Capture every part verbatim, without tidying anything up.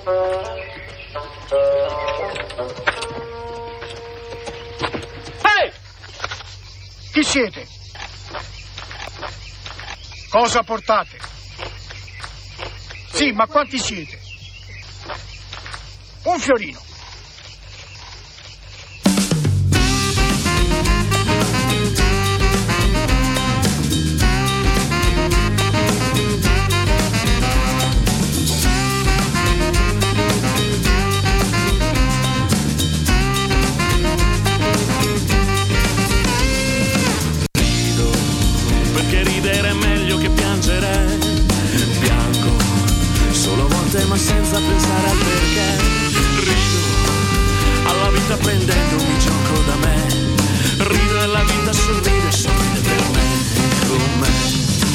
Ehi! Chi siete? Cosa portate? Sì, ma quanti siete? Un fiorino. Ma senza pensare al perché rido alla vita prendendomi gioco da me, rido e la vita sorride, sorride per me, con me.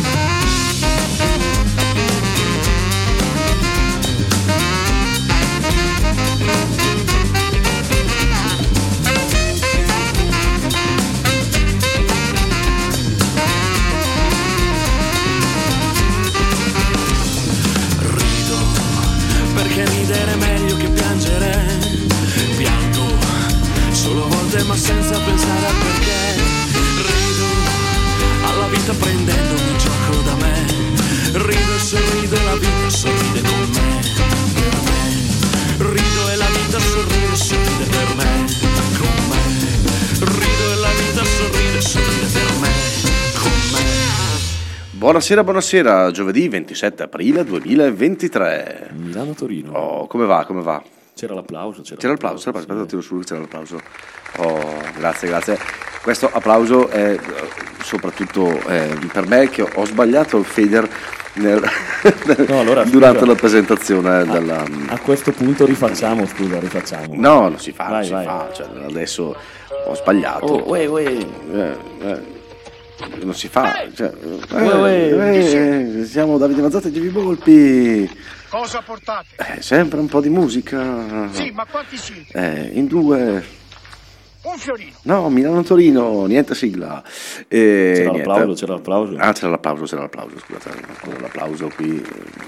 Ridere è meglio che piangere, piango solo a volte ma senza pensare al perché, rido alla vita prendendomi gioco da me, rido e sorrido e la vita sorride con me, per me, rido e la vita sorride, sorride per me, con me, rido e la vita sorride, sorride per me, con me. Buonasera, buonasera, giovedì ventisette aprile duemilaventitré. Milano-Torino. Oh, come va, come va? C'era l'applauso. C'era, c'era l'applauso, l'applauso, aspetta, tiro su, c'era l'applauso. Oh, grazie, grazie. Questo applauso è soprattutto eh, per me che ho sbagliato il fader nel, no, allora, durante scusa, la presentazione. A, della... a questo punto rifacciamo, scusa, rifacciamo. No, non si fa, vai, non si vai. fa. Cioè, adesso ho sbagliato. Oh, uè, uè. Eh, eh. Non si fa, cioè, eh, uè, uè. Eh, siamo Davide Mazzotti e Givi Volpi. Cosa portate? Eh, sempre un po' di musica. Sì, ma quanti siete? Eh, in due. Un fiorino. No, Milano-Torino, niente sigla. Eh, c'era niente. l'applauso, c'era l'applauso. Ah, c'era l'applauso, c'era l'applauso, scusate, c'era l'applauso qui.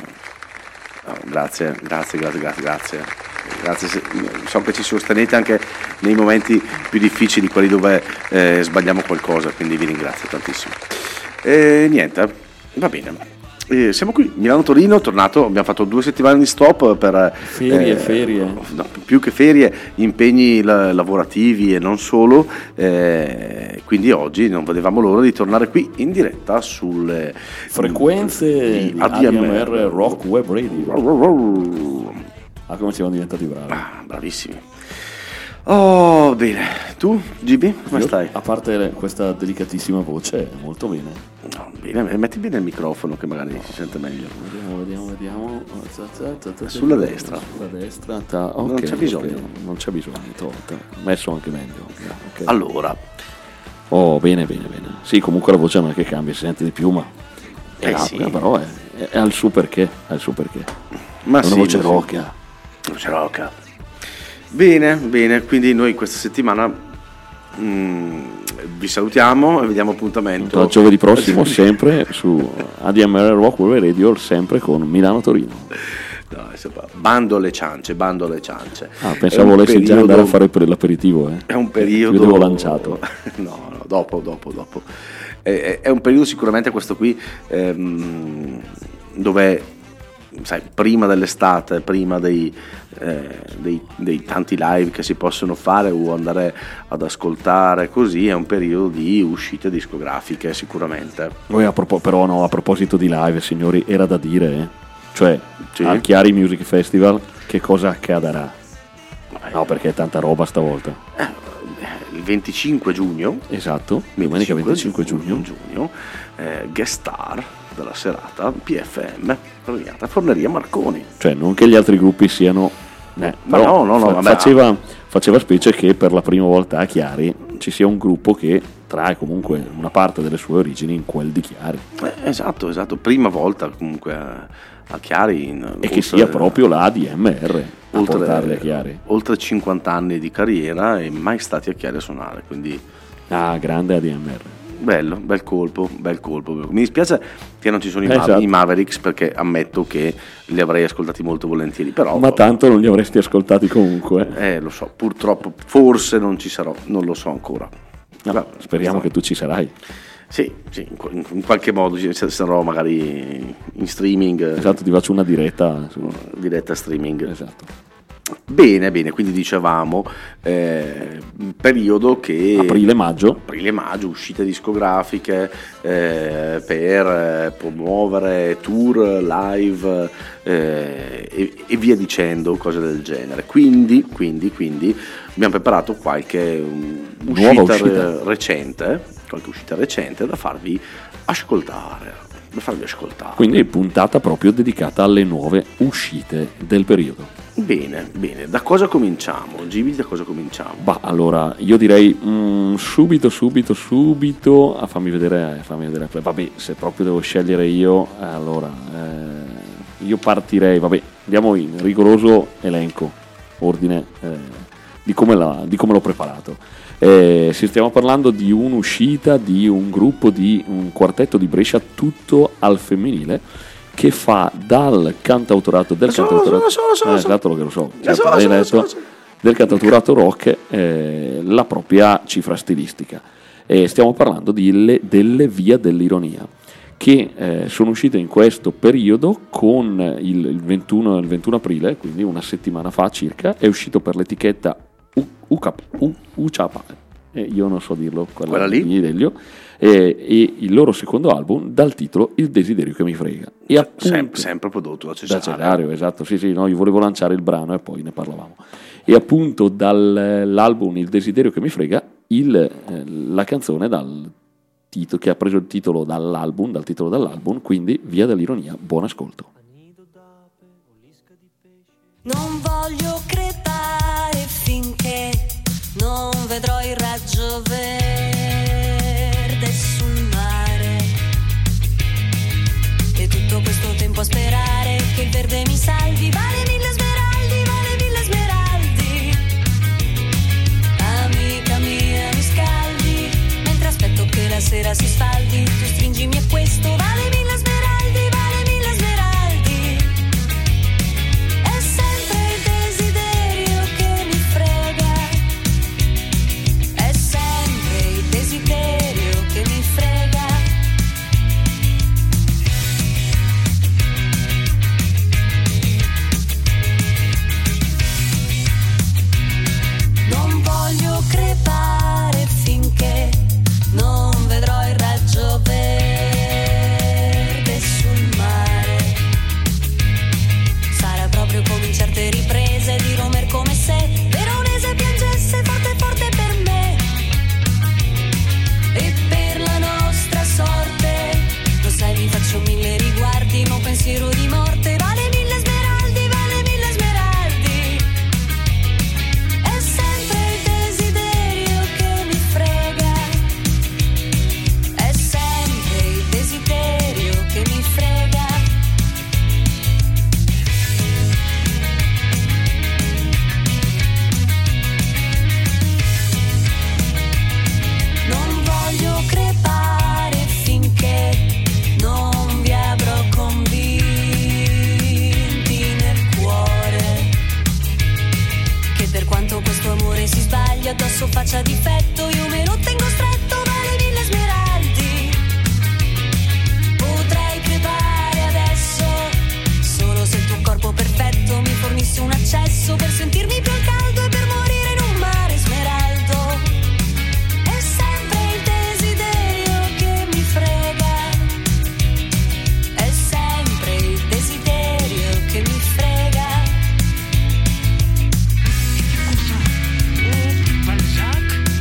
No, grazie, grazie, grazie, grazie, grazie. Grazie, so che ci sostenete anche nei momenti più difficili, quelli dove eh, sbagliamo qualcosa, quindi vi ringrazio tantissimo. E niente, va bene. Eh, siamo qui, Milano-Torino, tornato, abbiamo fatto due settimane di stop per... Ferie, eh, ferie. No, più che ferie, impegni la, lavorativi e non solo, eh, quindi oggi non vedevamo l'ora di tornare qui in diretta sulle frequenze di A D M R Rock Web Radio. Ah, come siamo diventati bravi. Ah, bravissimi. Oh, bene. Tu, G B, come Io, stai? A parte questa delicatissima voce, molto bene. No, bene, metti bene il microfono che magari no. si sente meglio. Vediamo, vediamo, vediamo. Sulla destra. Sulla destra. Ta, okay, non c'è bisogno. Okay. Non c'è bisogno, to, to, messo anche meglio. Okay. Allora. Oh, bene, bene, bene. Sì, comunque la voce non è che cambia, si sente di più, ma è eh rapida, sì. però è, è, è al suo perché, è al suo perché. Ma è una sì, voce rocca. Voce rocca. Bene, bene, quindi noi questa settimana mm, vi salutiamo e vediamo appuntamento a giovedì prossimo sempre su A D M R Rock Web Radio, sempre con Milano-Torino. No, bando alle ciance, bando alle ciance. Ah, pensavo volessi periodo... già andare a fare per l'aperitivo. Eh. È un periodo... Io avevo lanciato. No, no, dopo, dopo, dopo. È, è un periodo sicuramente questo qui ehm, dove... sai, prima dell'estate, prima dei, eh, dei, dei tanti live che si possono fare o andare ad ascoltare, così è un periodo di uscite discografiche sicuramente. Poi a propos- però no, a proposito di live, signori, era da dire, eh? Cioè sì. Al Chiari Music Festival che cosa accadrà? Vabbè. No, perché è tanta roba stavolta. Eh, il venticinque giugno, esatto, domenica venticinque giugno, giugno eh, guest star della serata P F M premiata Forneria Marconi. Cioè non che gli altri gruppi siano eh, ma no, no, no, fa- vabbè, faceva, faceva specie che per la prima volta a Chiari ci sia un gruppo che trae comunque una parte delle sue origini in quel di Chiari. Eh, esatto, esatto, prima volta comunque a, a Chiari in, e oltre, che sia proprio la A D M R a oltre, portarli a Chiari. Oltre cinquanta anni di carriera e mai stati a Chiari a suonare, quindi ah, grande A D M R. bello, bel colpo, bel colpo. Mi dispiace che non ci sono i, Esatto. Ma- i Mavericks, perché ammetto che li avrei ascoltati molto volentieri, però Ma tanto non li avresti ascoltati comunque. eh, lo so, purtroppo forse non ci sarò, non lo so ancora. No, Però, speriamo questo- che tu ci sarai. Sì, sì, in, in- in qualche modo ci- sarò magari in streaming, Esatto, ti faccio una diretta su... diretta streaming. Esatto. Bene, bene, quindi dicevamo eh, periodo che Aprile-maggio. aprile-maggio, uscite discografiche eh, per eh, promuovere tour, live eh, e, e via dicendo, cose del genere. Quindi, quindi, quindi abbiamo preparato qualche um, Nuova uscita, uscita. re- recente, qualche uscita recente da farvi ascoltare, da farvi ascoltare. Quindi puntata proprio dedicata alle nuove uscite del periodo. Bene, bene, da cosa cominciamo? Gibi, da cosa cominciamo? Bah, allora, io direi mm, subito, subito, subito a fammi vedere, eh, fammi vedere. Vabbè, se proprio devo scegliere io, eh, allora, eh, io partirei, vabbè, andiamo in rigoroso elenco, ordine eh, di, come la, di come l'ho preparato. Eh, se stiamo parlando di un'uscita di un gruppo, di un quartetto di Brescia tutto al femminile, che fa dal cantautorato del Lo so, cantautorato lo so, lo so, lo eh, so. esatto, lo che lo so, Lo certo, so, lo l'hai so, lo letto, so, lo so. del cantautorato rock eh, la propria cifra stilistica. E stiamo parlando di le- delle Via dell'Ironia, che eh, sono uscite in questo periodo con il, il ventuno, il ventuno aprile, quindi una settimana fa circa, è uscito per l'etichetta U- Ucap- U- Uciapa, eh, io non so dirlo, quella, Quella lì? di Delio, eh, e il loro secondo album dal titolo Il desiderio che mi frega. E appunto, Sem- sempre prodotto da da Cesario. Cesario, esatto, sì sì, no, io volevo lanciare il brano e poi ne parlavamo. E appunto dall'album Il desiderio che mi frega, il, eh, la canzone dal titolo, che ha preso il titolo dall'album, dal titolo dall'album, quindi Via dell'Ironia, buon ascolto. Non voglio crepare finché non vedrò il raggio verde sul mare. E tutto questo tempo a sperare che il verde mi salvi. Vale mille smeraldi, vale mille smeraldi. Amica mia, mi scaldi mentre aspetto che la sera si sfaldi. Tu stringimi e questo vale mille smeraldi, vale mille smeraldi. È sempre il desiderio che mi frega. È sempre il desiderio che mi frega. Non voglio crepare finché non vedrò il raggio verde sul mare. Sarà proprio come in certe riprese di Romer, come se Veronese piangesse forte forte per me e per la nostra sorte. Lo sai, mi faccio mille riguardi, ma un pensiero di morte vale mille smeraldi, vale mille smeraldi. È sempre il desiderio che mi frega. È sempre il desiderio che mi frega. Non voglio crepare finché non vi avrò convinti nel cuore che per quanto questo amore si sbagli addosso faccia difetto, io me lo tengo stretto, vale mille smeraldi. Potrei crepare adesso solo se il tuo corpo perfetto mi fornisse un accesso per sentirmi più al caldo e per morire in un mare smeraldo. È sempre il desiderio che mi frega. È sempre il desiderio che mi frega. Balzac,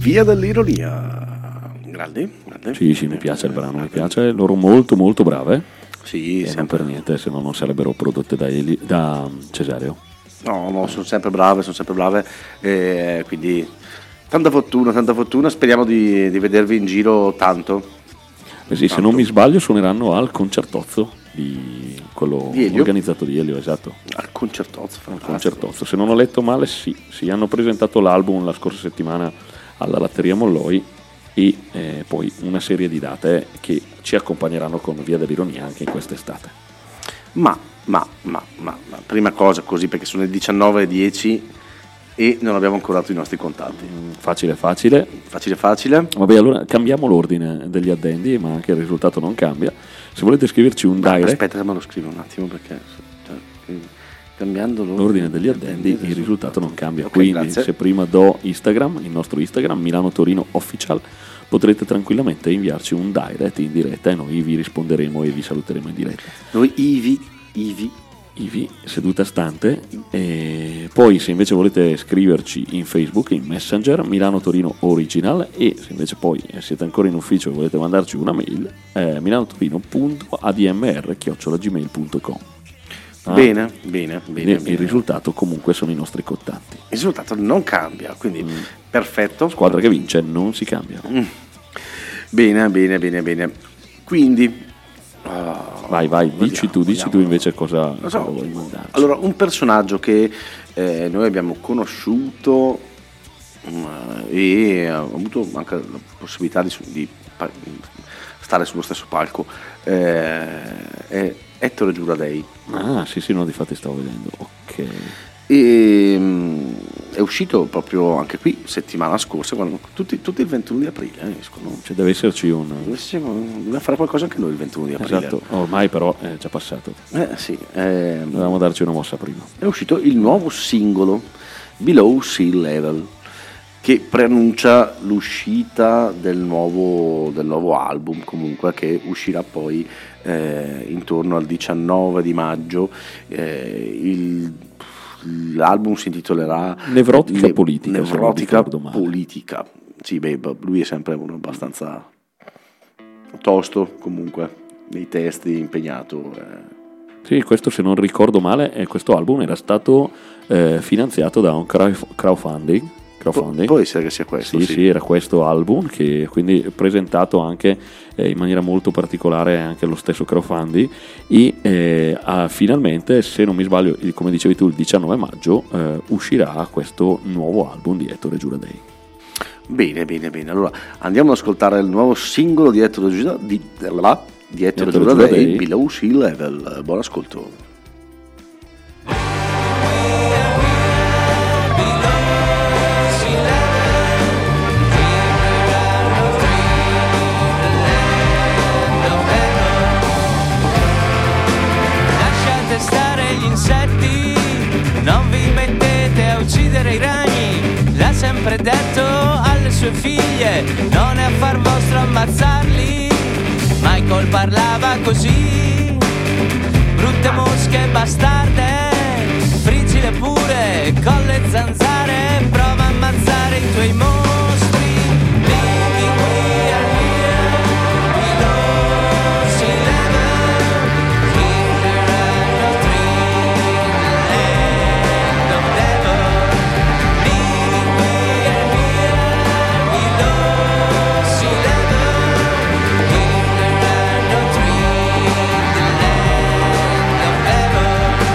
Via dell'ironia. Grandi, grandi. Sì, sì, mi piace il brano, mi piace. Loro molto, molto brave. Sì, E non sempre. per niente, se no non sarebbero prodotte da, Eli- da Cesareo. No, no, sono sempre brave, sono sempre brave. eh, quindi tanta fortuna, tanta fortuna. Speriamo di, di vedervi in giro tanto. Eh sì, se non mi sbaglio suoneranno al concertozzo di quello Di Elio? organizzato di Elio, esatto. Al concertozzo, Al fantastico. concertozzo. Se non ho letto male, sì, sì, hanno presentato l'album la scorsa settimana alla Latteria Molloi e eh, poi una serie di date che ci accompagneranno con Via dell'ironia anche in quest'estate. Ma, ma, ma, ma, ma, prima cosa così, perché sono le diciannove e dieci e non abbiamo ancora dato i nostri contatti. Mm, Facile, facile. Facile, facile. Vabbè, allora cambiamo l'ordine degli addendi, ma anche il risultato non cambia. Se volete scriverci un Ma direct, aspetta, me lo scrivo un attimo perché cioè, cambiando l'ordine degli addendi, il risultato non cambia. Ok, Quindi grazie. se prima do Instagram, il nostro Instagram Milano Torino Official, potrete tranquillamente inviarci un direct in diretta e noi vi risponderemo e vi saluteremo in diretta. Noi Ivi, Ivi, Ivi, seduta stante. E poi se invece volete scriverci in Facebook, in Messenger, Milano Torino Original, e se invece poi siete ancora in ufficio e volete mandarci una mail, eh, milanotorino punto a d m r chiocciola gmail punto com. Ah, bene, bene, bene, il bene. risultato comunque sono i nostri contanti. Il risultato non cambia, quindi perfetto. Squadra che vince non si cambia. Bene, bene, bene, bene. Quindi ah, Vai, vai, dici vediamo, tu, dici vediamo. tu invece cosa, Non so. cosa vuoi mandarci. Allora, un personaggio che eh, noi abbiamo conosciuto mm, e ha avuto anche la possibilità di, di pa- stare sullo stesso palco eh, è Ettore Giuradei. Ah, sì, sì, no, difatti stavo vedendo. Ok. E, mm, è uscito proprio anche qui settimana scorsa, quando, tutti, tutti il ventuno di aprile eh, escono. Cioè deve esserci un... Dovessimo- Dobbiamo fare qualcosa anche noi il ventuno di aprile. Esatto, ormai però è già passato. Eh, sì, ehm, Dovevamo darci una mossa prima. è uscito il nuovo singolo Below Sea Level, che preannuncia l'uscita del nuovo, del nuovo album, comunque, che uscirà poi eh, intorno al diciannove di maggio. Eh, il, l'album si intitolerà Nevrotica Politica, se non Nevrotica ricordo male. Politica. Sì, beh, lui è sempre uno abbastanza tosto, comunque, nei testi, impegnato. eh. Sì, questo se non ricordo male, eh, questo album era stato eh, finanziato da un crowd- crowdfunding. Pu- crowdfunding. può essere che sia questo, Sì, sì. sì, era questo album che quindi presentato anche eh, in maniera molto particolare anche lo stesso crowdfunding e eh, ha, finalmente, se non mi sbaglio, il- come dicevi tu, il diciannove maggio eh, uscirà questo nuovo album di Ettore Giuradei. Bene, bene, bene. Allora andiamo ad ascoltare il nuovo singolo di Ettore Giuda- di, la- di Ettore Ettore Giuradei, Giuradei. Below Sea Level. Buon ascolto. Lasciate stare gli insetti, non vi mettete a uccidere i ragni. L'ha sempre detto alle sue figlie, non è affar vostro ammazzarli. Michael parlava così, brutte mosche bastarde, friggile pure con le zanzare, prova a ammazzare i tuoi mostri. Living we are here, below sea level, in the land of dream, land of devil. Living we are here, below sea level, in the land of dream, land of devil.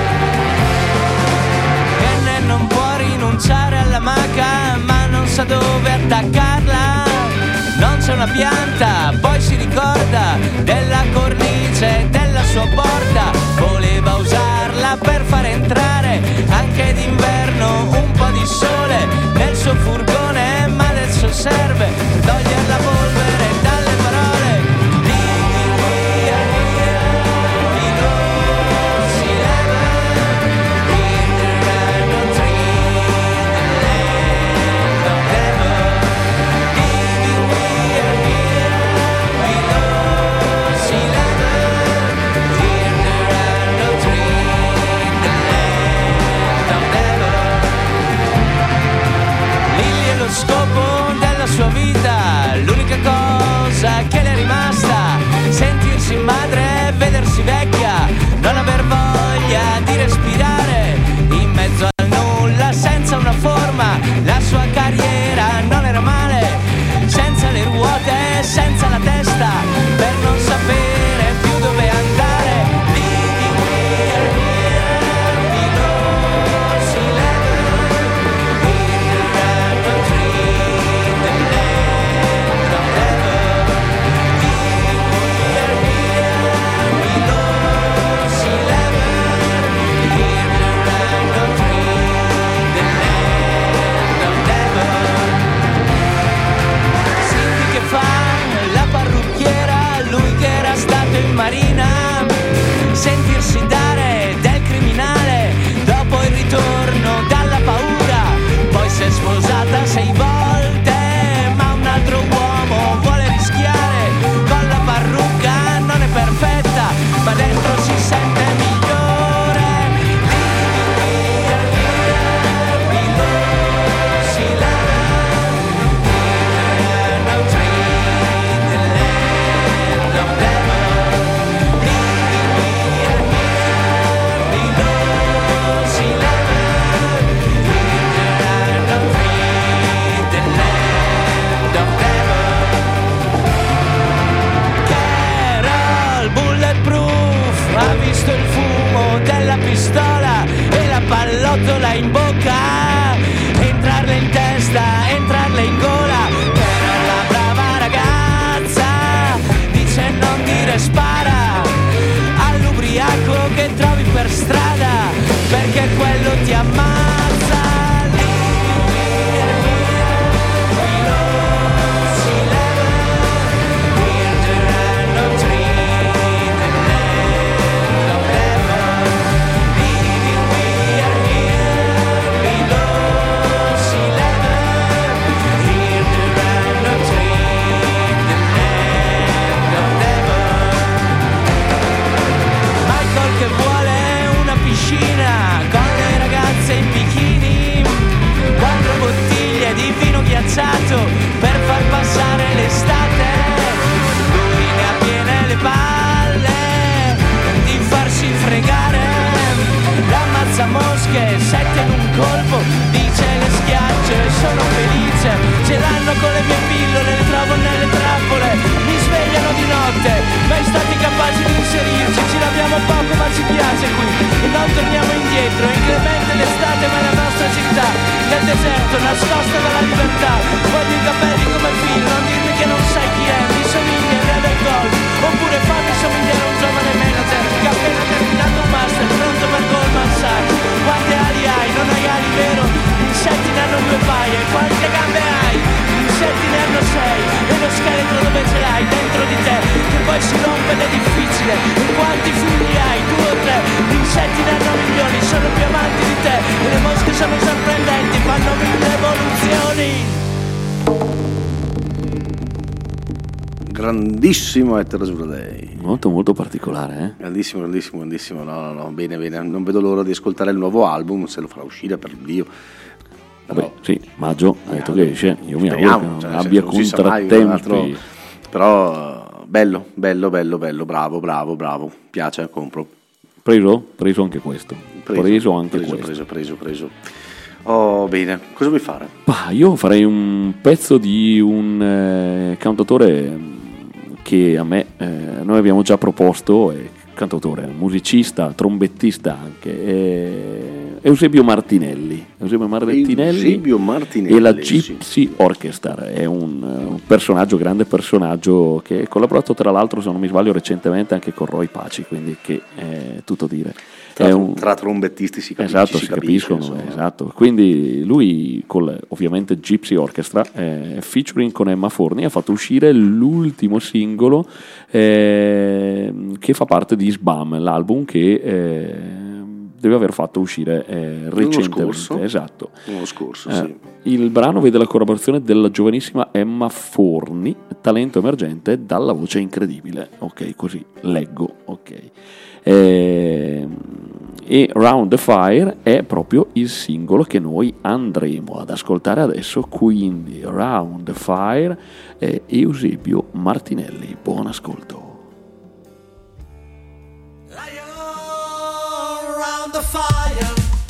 Kenne non può rinunciare alla maca, ma non sa dove attaccarla. Non c'è una pianta, poi si ricorda della cornice e della sua porta. Voleva usarla per far entrare anche d'inverno un po' di sole nel suo furgone, ma adesso serve per togliere la polvere dalle parole. Living we are here, below sea level, in the land of dream, the land of devil. Living we are here, below sea level, in the land of dream, the land of devil. Lily è lo scopo della sua facile. E quanti figli hai? Due o tre. Gli insetti ne hanno milioni, sono più amanti di te. E le mosche sono sorprendenti, fanno mille evoluzioni. Grandissimo Ettore Sbrodei. Molto molto particolare, eh? Grandissimo, grandissimo, grandissimo. No, no, no, bene, bene. Non vedo l'ora di ascoltare il nuovo album, se lo farà uscire, per Dio. Vabbè, sì, maggio ha detto che esce, io mi speriamo, auguro che non cioè, abbia non si sa mai, un altro- contrattempi. Però bello, bello, bello, bello, bravo, bravo, bravo. Piace, compro. Preso? Preso anche questo. Preso, anche preso, questo. preso, preso, preso. Oh, bene. Cosa vuoi fare? Bah, io farei un pezzo di un eh, cantautore che a me eh, noi abbiamo già proposto, è cantautore, musicista, trombettista anche, è Eusebio Martinelli. Eusebio Martinelli, Eusebio Martinelli, e la sì. Gypsy Orchestra, è un, un personaggio, grande personaggio, che ha collaborato tra l'altro, se non mi sbaglio, recentemente anche con Roy Paci, quindi che è tutto dire. Tra, È un- tra trombettisti si capisce. Esatto, si si capisce, capiscono, insomma. esatto. Quindi lui con ovviamente Gypsy Orchestra, eh, featuring con Emma Forni, ha fatto uscire l'ultimo singolo eh, che fa parte di Sbam, l'album che eh, deve aver fatto uscire eh, recentemente. scorso? Esatto. L'anno scorso, Eh, sì. il brano vede la collaborazione della giovanissima Emma Forni, talento emergente dalla voce incredibile. Ok, così leggo. Ok. Eh, e Round the Fire è proprio il singolo che noi andremo ad ascoltare adesso. Quindi Round the Fire è Eusebio Martinelli. Buon ascolto. Around the fire.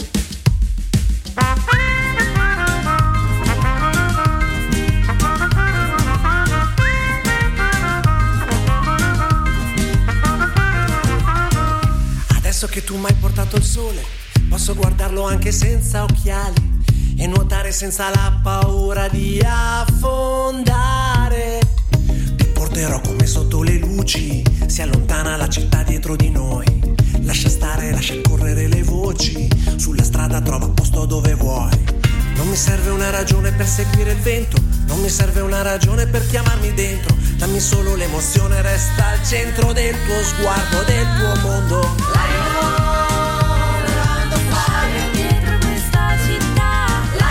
Adesso che tu mi hai portato il sole, posso guardarlo anche senza occhiali e nuotare senza la paura di affondare. Ti porterò come sotto le luci, si allontana la città dietro di noi. Lascia stare, lascia correre le voci, sulla strada trova posto dove vuoi. Non mi serve una ragione per seguire il vento, non mi serve una ragione per chiamarmi dentro. Dammi solo l'emozione, resta al centro del tuo sguardo, del tuo mondo. Dietro questa città,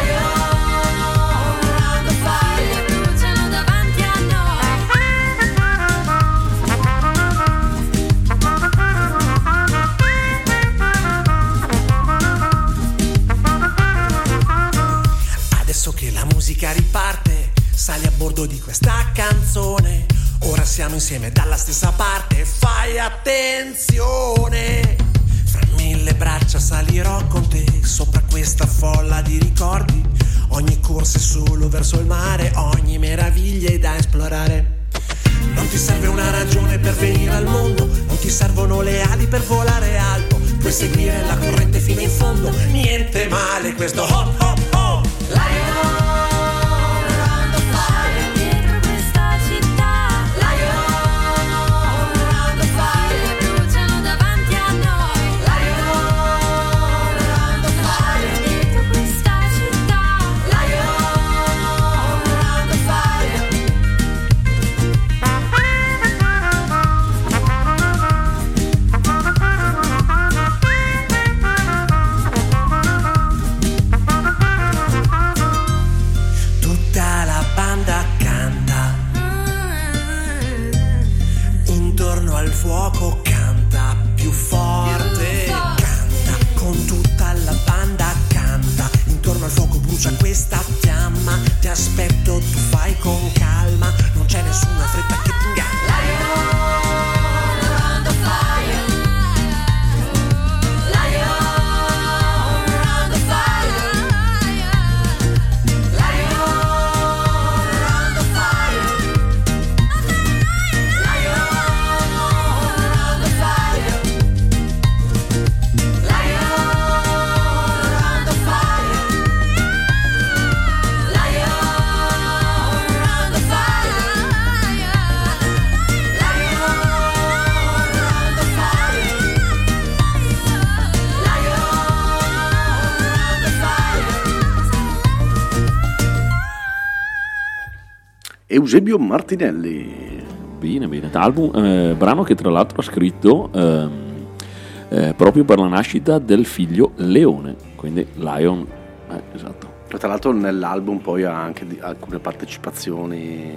le bruciano davanti a Adesso che la musica riparte, sali a bordo di questa canzone. Ora siamo insieme dalla stessa parte, fai attenzione. Fra mille braccia salirò con te, sopra questa folla di ricordi. Ogni corsa è solo verso il mare, ogni meraviglia è da esplorare. Non ti serve una ragione per venire al mondo, non ti servono le ali per volare alto. Puoi seguire la corrente fino in fondo, niente male questo hop hop hop. dietro questa città, le bruciano davanti a noi. Dietro questa città, Tutta la banda canta, intorno al fuoco canta più forte, canta con tutta la banda canta, intorno al fuoco brucia questa fiamma, ti aspetto, tu fai con calma, non c'è nessuna fretta che ti inganna. Eusebio Martinelli. bene, bene. Album, eh, brano che tra l'altro ha scritto ehm, eh, proprio per la nascita del figlio Leone, quindi Lion, eh, esatto. Tra l'altro nell'album poi ha anche di- alcune partecipazioni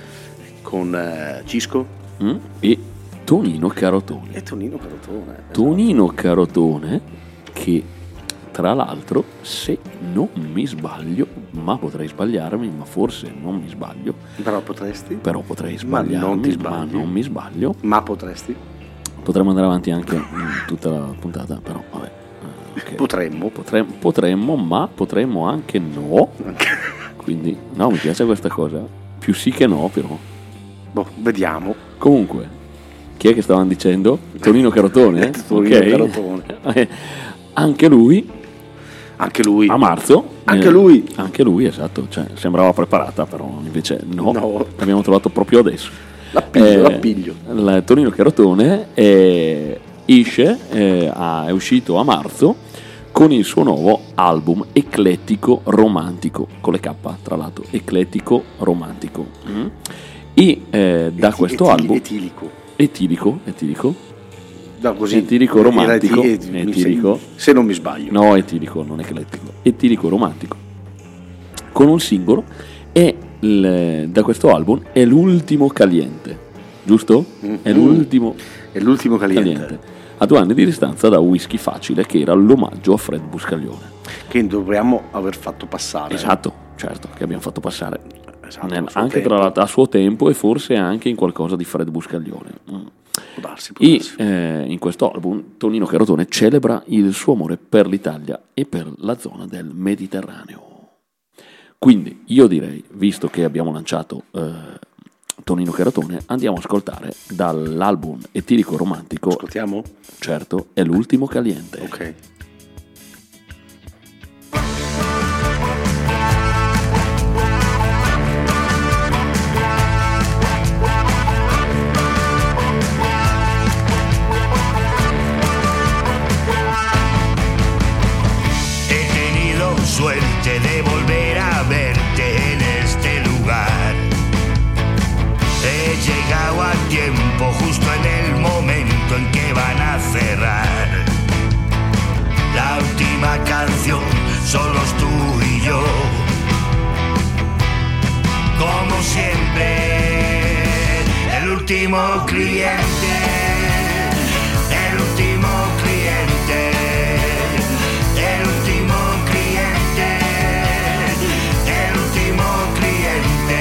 con eh, Cisco Mm? E Tonino Carotone. e Tonino Carotone. Tonino Carotone che tra l'altro, se non mi sbaglio, ma potrei sbagliarmi, ma forse non mi sbaglio, Però potresti. però potrei Ma non sbagliarmi, ti ma sbagli. non mi sbaglio. Ma potresti. Potremmo andare avanti anche in tutta la puntata, però vabbè. eh, ok. Potremmo. Potremmo, potremmo, ma potremmo anche no. Quindi, no, mi piace questa cosa. Più sì che no, però. Boh, vediamo. Comunque, chi è che stavano dicendo? Tonino Carotone? eh? Tonino Ok. Carotone. Eh, anche lui, Anche lui. a marzo. Anche eh, lui. Anche lui, esatto. Cioè, sembrava preparata, però invece no. No. L'abbiamo trovato proprio adesso. L'appiglio, Eh, l'appiglio. il Tonino Carotone eh, esce, eh, a- è uscito a marzo con il suo nuovo album Eclettico Romantico, con le K tra l'altro, Eclettico Romantico. Mm. E eh, da Eti- questo etili- album Etilico. etilico, etilico, No, così. Etilico romantico. Eti- eti- Etilico. Se, se non mi sbaglio. no etilico, non eclettico, etilico romantico, con un singolo, e il- da questo album è l'ultimo Caliente, giusto? È Mm. l'ultimo È l'ultimo caliente. Caliente, a due anni di distanza da Whisky Facile, che era l'omaggio a Fred Buscaglione. Che dovremmo aver fatto passare. Esatto, certo, che abbiamo fatto passare Esatto, nel- a suo anche tempo. tra l'altro a suo tempo, e forse anche in qualcosa di Fred Buscaglione. Mm. Può darsi, può E darsi. eh, in questo album Tonino Carotone celebra il suo amore per l'Italia e per la zona del Mediterraneo. Quindi io direi, visto che abbiamo lanciato eh, Tonino Carotone, andiamo a ascoltare dall'album Etilico Romantico. Ascoltiamo? Certo, è l'ultimo Caliente. Ok. He tenido suerte de volver a verte en este lugar. He llegado a tiempo, justo en el momento en que van a cerrar. La última canción, solos tú y yo. Como siempre, el último cliente, el último cliente. El último cliente, el último cliente.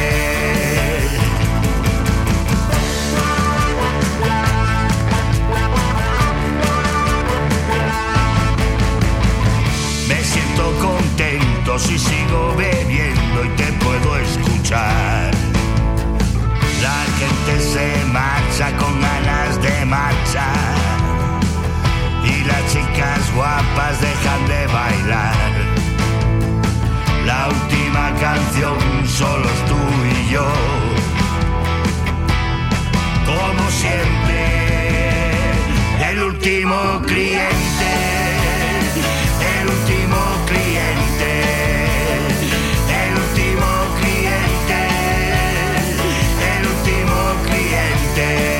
Me siento contento si sigo bebiendo y te puedo escuchar. La gente se marcha con ganas de marchar. Y las chicas guapas dejan de bailar. La última canción, solos tú y yo. Como siempre, el último cliente, el último cliente, el último cliente, el último cliente.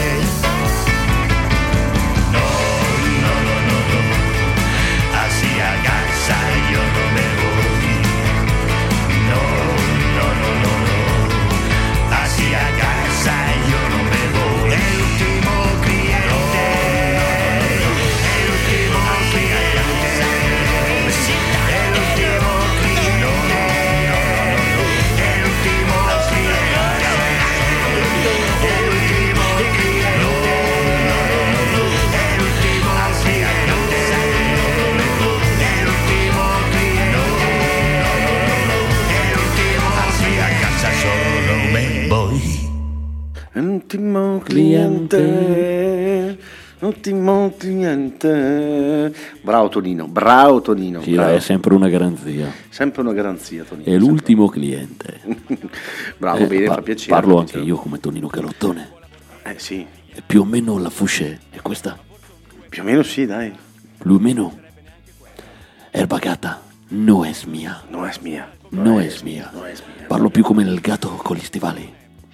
Así a casa yo no me voy. No, no, no, no, no. Así a casa yo no me voy. El último cliente. El último cliente. El último cliente. El último cliente. El último cliente. El último cliente. El último cliente, el último, así a casa solo me voy. Ultimo cliente, ultimo cliente. Bravo Tonino, bravo Tonino. Sì, bravo. è sempre una garanzia. Sempre una garanzia Tonino. È l'ultimo cliente. sempre. Bravo, Eh, bene, pa- fa piacere. Parlo fa anche piacere. io come Tonino Carotone. Eh sì, E più o meno la fusce è questa. più o meno sì, dai. Più o meno. Erba gata no es mia. No es mia. No es mia. No es mia. Parlo più come il gatto con gli stivali.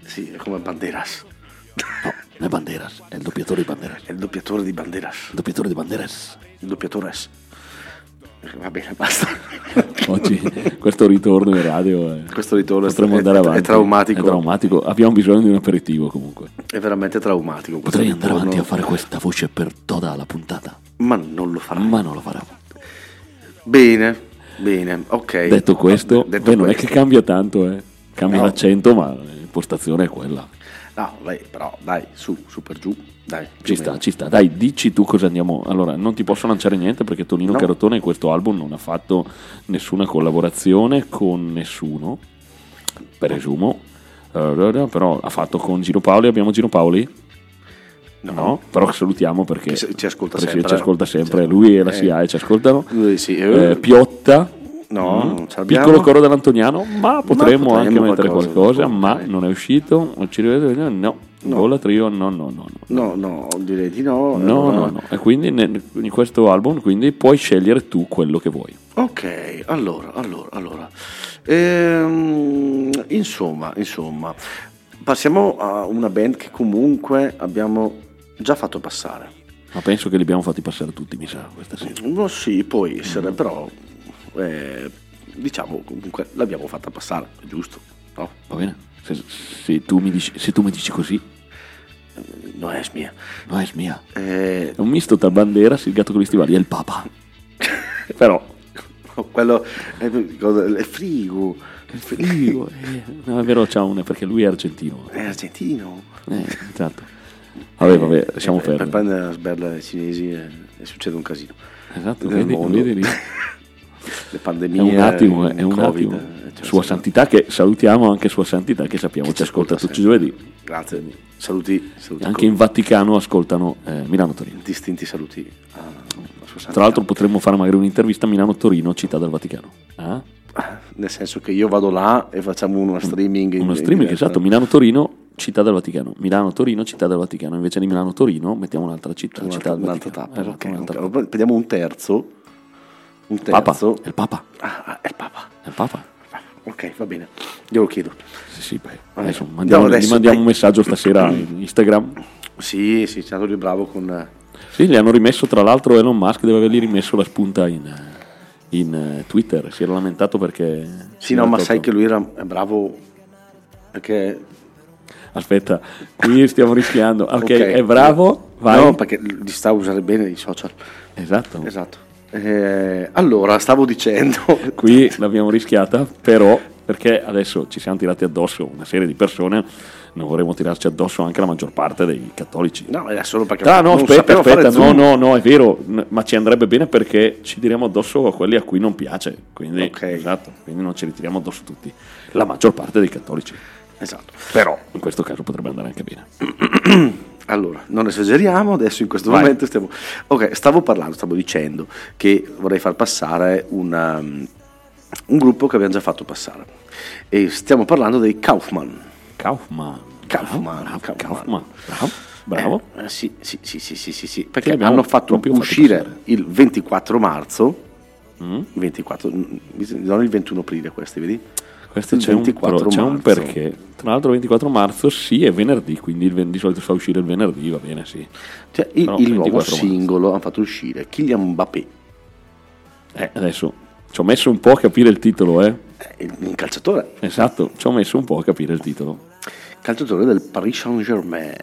Sì, è come Banderas. No, non è Banderas, è il doppiatore di Banderas. È il doppiatore di Banderas. Il doppiatore di Banderas. Il doppiatore S. Va bene, basta. Oggi questo ritorno in radio è, Questo ritorno potremmo è, andare è, avanti. è traumatico. È traumatico. Abbiamo bisogno di un aperitivo comunque. È veramente traumatico. questo Potrei andare ritorno. avanti a fare questa voce per tutta la puntata, Ma non lo farai. ma non lo farò. Bene, bene, ok. Detto questo, Detto beh, non è questo. che cambia tanto, eh. Cambia No. l'accento, ma l'impostazione è quella. No, vai, però dai, su, su per giù, dai. più Ci o sta, meno. ci sta. Dai, dici tu cosa andiamo. Allora, non ti posso lanciare niente perché Tonino No. Carotone in questo album non ha fatto nessuna collaborazione con nessuno, presumo. Eh, però ha fatto con Gino Paoli. Abbiamo Gino Paoli? No, però salutiamo perché Che se- ci ascolta perché sempre. ci ascolta sempre. Ci- Lui e la eh. S I A E ci ascoltano. Lui sì, Eh, eh, Piotta. no, Mm. non ce l'abbiamo. Piccolo coro dell'Antoniano, ma potremmo, potremmo anche mettere qualcosa, qualcosa, dopo, ma dai. non è uscito. Non ci rivedo, no, No. Gola Trio, no, no, no, no. No, no, direi di no. No, allora- no, no. E quindi nel- in questo album quindi puoi scegliere tu quello che vuoi. Ok, allora, allora, allora. Ehm, insomma, insomma, passiamo a una band che comunque abbiamo già fatto passare. Ma penso che li abbiamo fatti passare tutti, mi sa, questa sera. No, sì, può essere, però eh, diciamo comunque l'abbiamo fatta passare, è giusto, no? Va bene? Se, se tu, mi dici, se tu mi dici così, Non è mia. no, è mia. Eh, È un misto tra Banderas, il gatto con gli stivali e il Papa. Però, quello è, è frigo, il frigo, eh, no, è vero, c'ha una, perché lui è argentino. è argentino. Eh, esatto. Vabbè, vabbè, lasciamo Eh, per perdere. prendere la sberla ai cinesi e, e succede un casino. Esatto, nel vedi, mondo. vedi lì. Le È pandemie, un attimo, è il un Covid, attimo. eccetera, Sua eccetera. Santità, che salutiamo anche Sua Santità, che sappiamo ci ascolta tutti i giovedì. Grazie, saluti, saluti Anche in Vaticano ascoltano eh, Milano-Torino. distinti saluti a, a sua santità. Tra l'altro potremmo fare magari un'intervista a Milano-Torino, città del Vaticano. Ah? Nel senso che io vado là e facciamo uno streaming. in- Uno in streaming, diretta. esatto, Milano-Torino, città del Vaticano. Milano-Torino, città del Vaticano. Invece di Milano-Torino mettiamo un'altra città, città Un'altra, del un'altra Vaticano. tappa. Esatto, ok, un'altra ok. tappa. Vediamo un terzo. Un Papa, terzo. è il Papa, Ah, ah, è il Papa. è il Papa. Ok, va bene. Glielo chiedo. Sì, sì, beh, Vabbè. adesso mandiamo, No, adesso, gli mandiamo dai. un messaggio stasera in Instagram. Sì, sì, è stato lui bravo con. eh, Sì, gli hanno rimesso, tra l'altro Elon Musk deve avergli rimesso la spunta in, in eh, Twitter, si era lamentato perché... Sì, no, ma sai che lui era è bravo. Perché. Aspetta, qui stiamo rischiando. Ok, Ok. è bravo, vai. No, perché gli sta a usare bene i social. Esatto, Esatto. Eh, allora, stavo dicendo. qui l'abbiamo rischiata, però perché adesso ci siamo tirati addosso una serie di persone, non vorremmo tirarci addosso anche la maggior parte dei cattolici. No, è solo perché. Ah no, non aspetta, sapevo aspetta, fare no, zoom. no, no, è vero, n- ma ci andrebbe bene perché ci tiriamo addosso a quelli a cui non piace, quindi, Ok. esatto, quindi non ci ritiriamo addosso tutti, la maggior parte dei cattolici, Esatto. però in questo caso potrebbe andare anche bene. Allora, non esageriamo, adesso in questo Vai. momento stiamo... Ok, stavo parlando, stavo dicendo che vorrei far passare una, um, un gruppo che abbiamo già fatto passare. E stiamo parlando dei Kaufman. Kaufman, Kaufman, bravo, Kaufman. Kaufman, bravo, bravo. Eh, eh, sì, sì, sì, sì, sì, sì, sì, Che perché abbiamo hanno fatto proprio fatto uscire passare. il ventiquattro marzo, Mm? ventiquattro, mi danno il ventuno aprile questi, vedi? Questo Il c'è un, ventiquattro però c'è un marzo. perché, tra l'altro ventiquattro marzo sì è venerdì, quindi il ven- di solito fa uscire il venerdì, va bene, sì. Cioè, il, Però il nuovo ventiquattro marzo. singolo hanno fatto uscire Kylian Mbappé, Eh, adesso ci ho messo un po' a capire il titolo, eh. eh, un calciatore, Esatto, ci ho messo un po' a capire il titolo. calciatore del Paris Saint-Germain,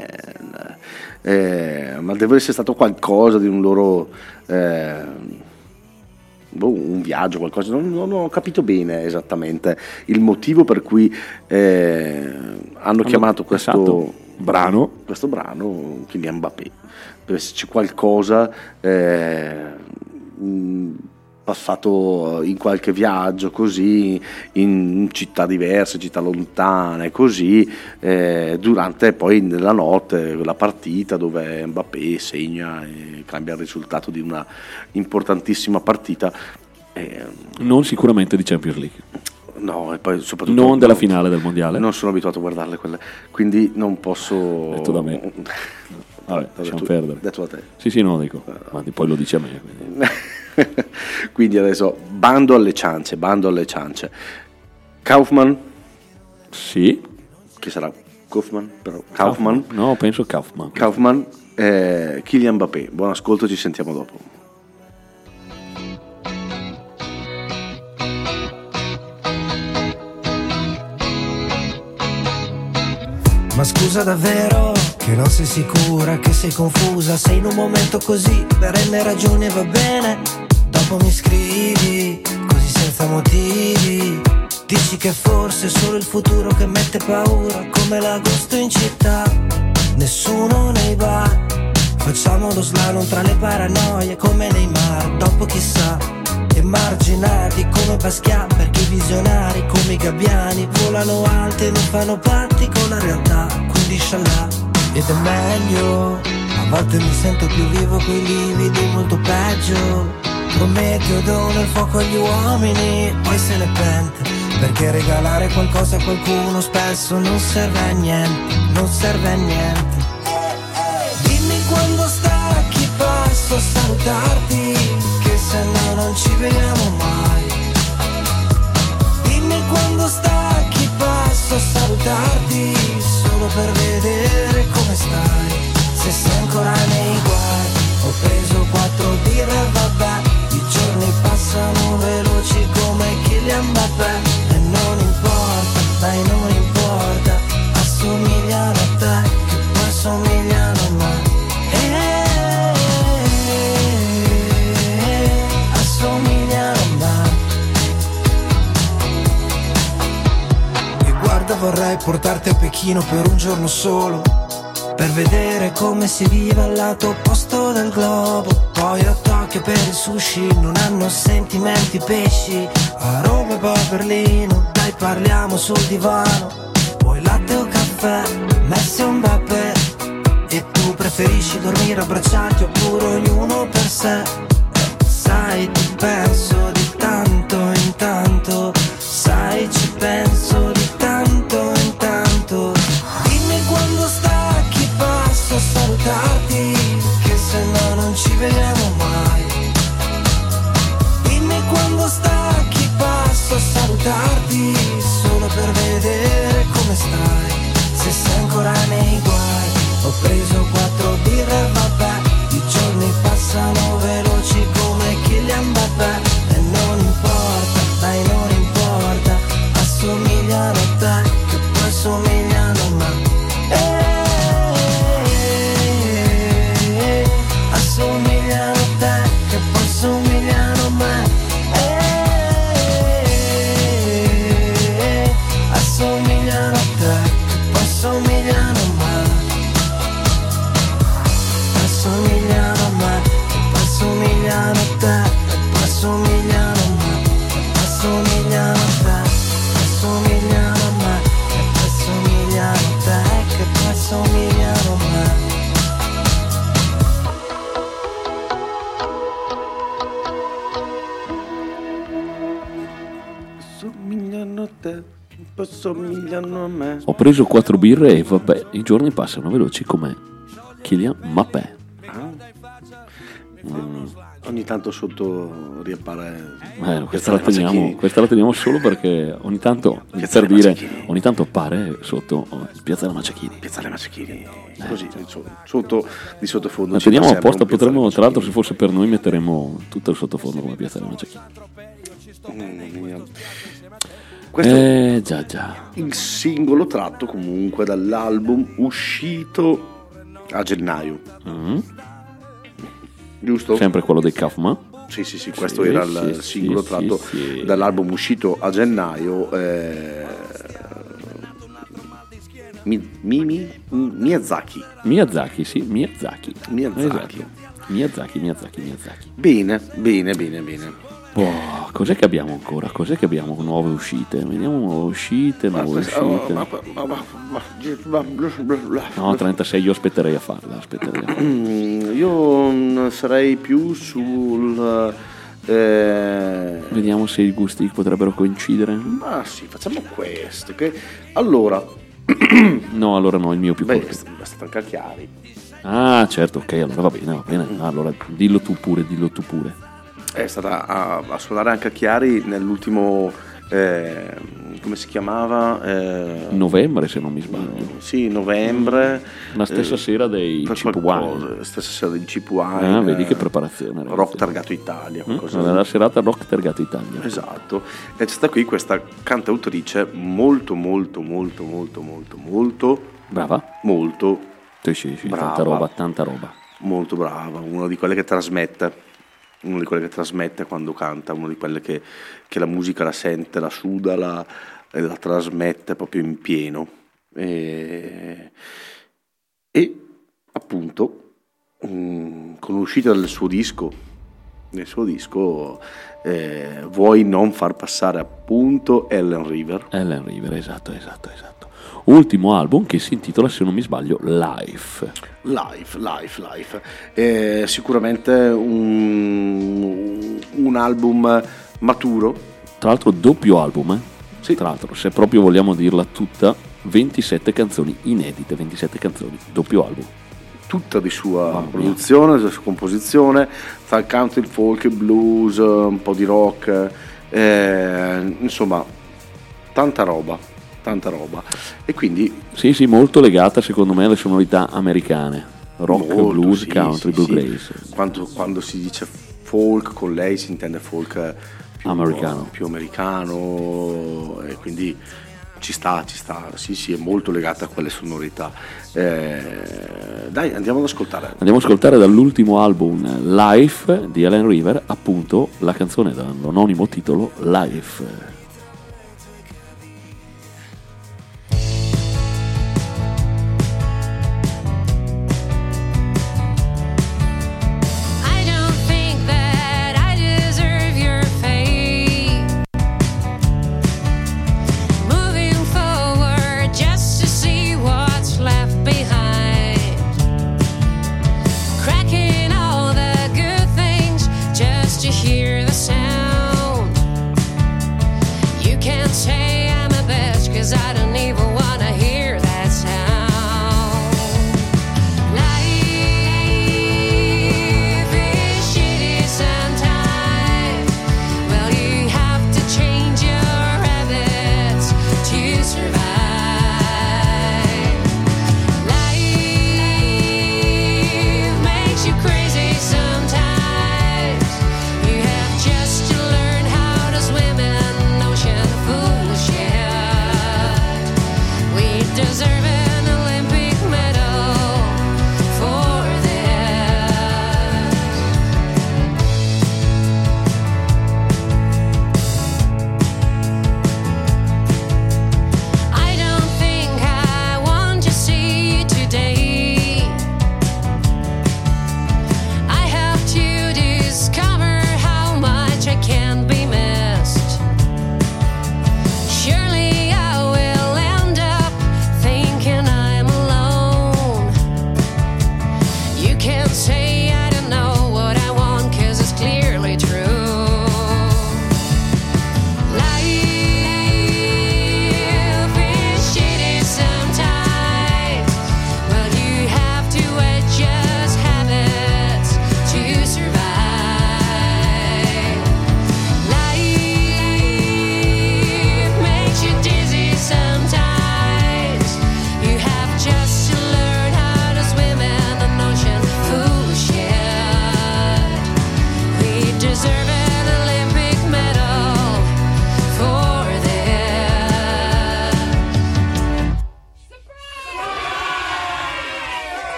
eh, ma deve essere stato qualcosa di un loro eh, boh, un viaggio, qualcosa, non, non ho capito bene esattamente il motivo per cui eh, hanno chiamato questo esatto, brano. questo brano Kylian Mbappé, deve esserci qualcosa eh, mh, passato in qualche viaggio così in città diverse, città lontane così, eh, durante poi nella notte la partita dove Mbappé segna e cambia il risultato di una importantissima partita, eh, Non sicuramente di Champions League, no, e poi soprattutto non della finale del mondiale. non sono abituato a guardarle quelle, quindi non posso. Detto da me. Vabbè, Detto- lasciamo perdere. detto da te. Sì, sì, no, dico, ma poi lo dici a me. Quindi. Quindi adesso bando alle ciance, bando alle ciance. Kaufman, Sì, che sarà Kaufman, però. Kaufman. No, penso Kaufman. Kaufman, eh, Kylian Mbappé. Buon ascolto, ci sentiamo dopo. Ma scusa davvero che non sei sicura, che sei confusa, sei in un momento così, per N ragioni va bene, dopo mi scrivi, così senza motivi, dici che forse è solo il futuro che mette paura, come l'agosto in città, nessuno nei bar, facciamo lo slalom tra le paranoie come Neymar, dopo chissà, emarginati come Basquiat, perché i visionari come i gabbiani volano alti e non fanno patti con la realtà, quindi sciallà, ed è meglio, a volte mi sento più vivo coi lividi, molto peggio, Prometeo dona il fuoco agli uomini, poi se ne pente, perché regalare qualcosa a qualcuno spesso non serve a niente, non serve a niente. Dimmi quando stacchi, passo a salutarti, che se no non ci vediamo mai. Dimmi quando stacchi, passo a salutarti, solo per vedere come stai, se sei ancora nei guai. Ho preso quattro birre e vabbè, i giorni passano veloci come Kylian Mbappé, e non importa, dai non importa, assomigliano a te, che poi somigliano a me. Assomigliano a me. E guarda, vorrei portarti a Pechino per un giorno solo, per vedere come si vive al lato opposto del globo. Poi a Tokyo per il sushi, non hanno sentimenti pesci. A Roma e poi a Berlino, dai parliamo sul divano. Poi latte o caffè, Messi o Mbappé. E tu preferisci dormire abbracciati oppure ognuno per sé? Sai, ti penso di tanto in tanto, sai, ci penso di tanto in tanto. Dimmi quando stacchi, passo a salutarti, che se no non ci vediamo mai. Dimmi quando stacchi, passo a salutarti, solo per vedere come stai, se sei ancora nei guai. Ho preso quattro birre e vabbè, i giorni passano veloci come Kylian Mbappé, e non importa, dai non importa, assomigliano a te, che poi somigliano a me. Eh, assomigliano a te, che poi somigliano a me. Eh, assomigliano a te, che poi somigliano a me. Assomigliano a me, poi somigliano a te, poi somigliano a me, poi somigliano a te, poi somigliano a me, poi somigliano a te, che poi somigliano a me. Somigliano a te, poi somigliano a me. Ho preso quattro birre e vabbè, i giorni passano veloci come Kylian Mbappé. Mm, ogni tanto sotto riappare. Eh, questa, la teniamo, questa la teniamo solo perché ogni tanto, per dire, ogni tanto appare sotto oh, Piazzale Macciachini. Piazzale Macciachini, eh. Così sotto, di sottofondo. La teniamo apposta, potremmo, tra l'altro, se fosse per noi, metteremo tutto il sottofondo come Piazzale Macciachini. Mm, questo eh, già, già. Il singolo tratto comunque dall'album uscito a gennaio. Mm. Giusto? Sempre quello dei Kaufman. Sì, sì, sì, questo sì, era il sì, singolo sì, tratto sì, sì. dall'album uscito a gennaio. Eh, Mi, Mimi Miyazaki. Miyazaki, sì, Miyazaki. Miyazaki. Esatto. Miyazaki, Miyazaki, Miyazaki. Bene, bene, bene, bene. Oh, cos'è che abbiamo ancora? Cos'è che abbiamo? Nuove uscite? Vediamo nuove uscite, nuove uscite. No, trentasei io aspetterei a farla, aspetterei a farla. Io sarei più sul eh... vediamo se i gusti potrebbero coincidere. Ma sì, facciamo questo che... Allora no, allora no, il mio più beh, corto. basta anche Chiari. Ah, certo, ok, allora va bene, va bene. Allora dillo tu pure, dillo tu pure. È stata a, a suonare anche a Chiari nell'ultimo eh, come si chiamava? Eh, Novembre, se non mi sbaglio. Sì, novembre. La stessa eh, sera dei per Cheap qualcosa, Wine. La stessa sera dei Cheap Wine. Ah, vedi che preparazione. ragazzi. Rock Targato Italia. Mm, qualcosa nella di- serata Rock Targato Italia. Esatto. E c'è sta qui questa cantautrice molto, molto, molto, molto, molto, molto, Brava? molto, Sì, sì, sì, Brava. tanta roba, tanta roba. molto brava. Una di quelle che trasmette. Una di quelle che trasmette quando canta, una di quelle che, che la musica la sente, la suda, la, e la trasmette proprio in pieno. E, e appunto, mh, con l'uscita del suo disco, del suo disco eh, vuoi non far passare appunto Ellen River. Ellen River, esatto, esatto, esatto. Ultimo album che si intitola, se non mi sbaglio, Life. Life, life, life. Eh, sicuramente un, un album maturo. Tra l'altro doppio album, eh? Sì. Tra l'altro, se proprio vogliamo dirla tutta, ventisette canzoni inedite, ventisette canzoni, doppio album. Tutta di sua Mamma mia. produzione, di sua composizione, tra il country, il folk, il blues, un po' di rock, eh, insomma, tanta roba, tanta roba. E quindi Sì, sì, molto legata secondo me alle sonorità americane. Rock, molto, blues, sì, country, sì, bluegrass. sì. Quando, quando si dice folk, con lei si intende folk più Americano. più americano, e quindi ci sta, ci sta, sì, sì, è molto legata a quelle sonorità. Eh, dai, andiamo ad ascoltare. Andiamo ad ascoltare dall'ultimo album Life di Ellen River, appunto la canzone dall'anonimo titolo Life. I don't think that I deserve your fate. Moving forward just to see what's left behind. Cracking all the good things just to hear the sound.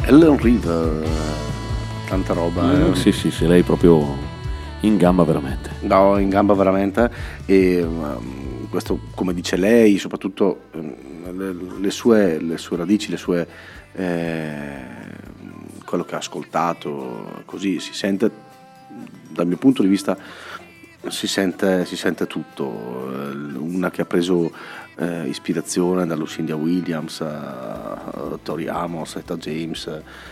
Ellen River, tanta roba. Mm, eh. sì, sì, sì, lei proprio in gamba veramente. No, in gamba veramente. E um, questo, come dice lei, soprattutto um, le, le, sue, le sue radici, le sue, eh, quello che ha ascoltato, così si sente, dal mio punto di vista, si sente, si sente tutto. Una che ha preso eh, ispirazione da Lucinda Williams, a, a Tori Amos, Etta James.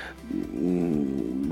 Mm,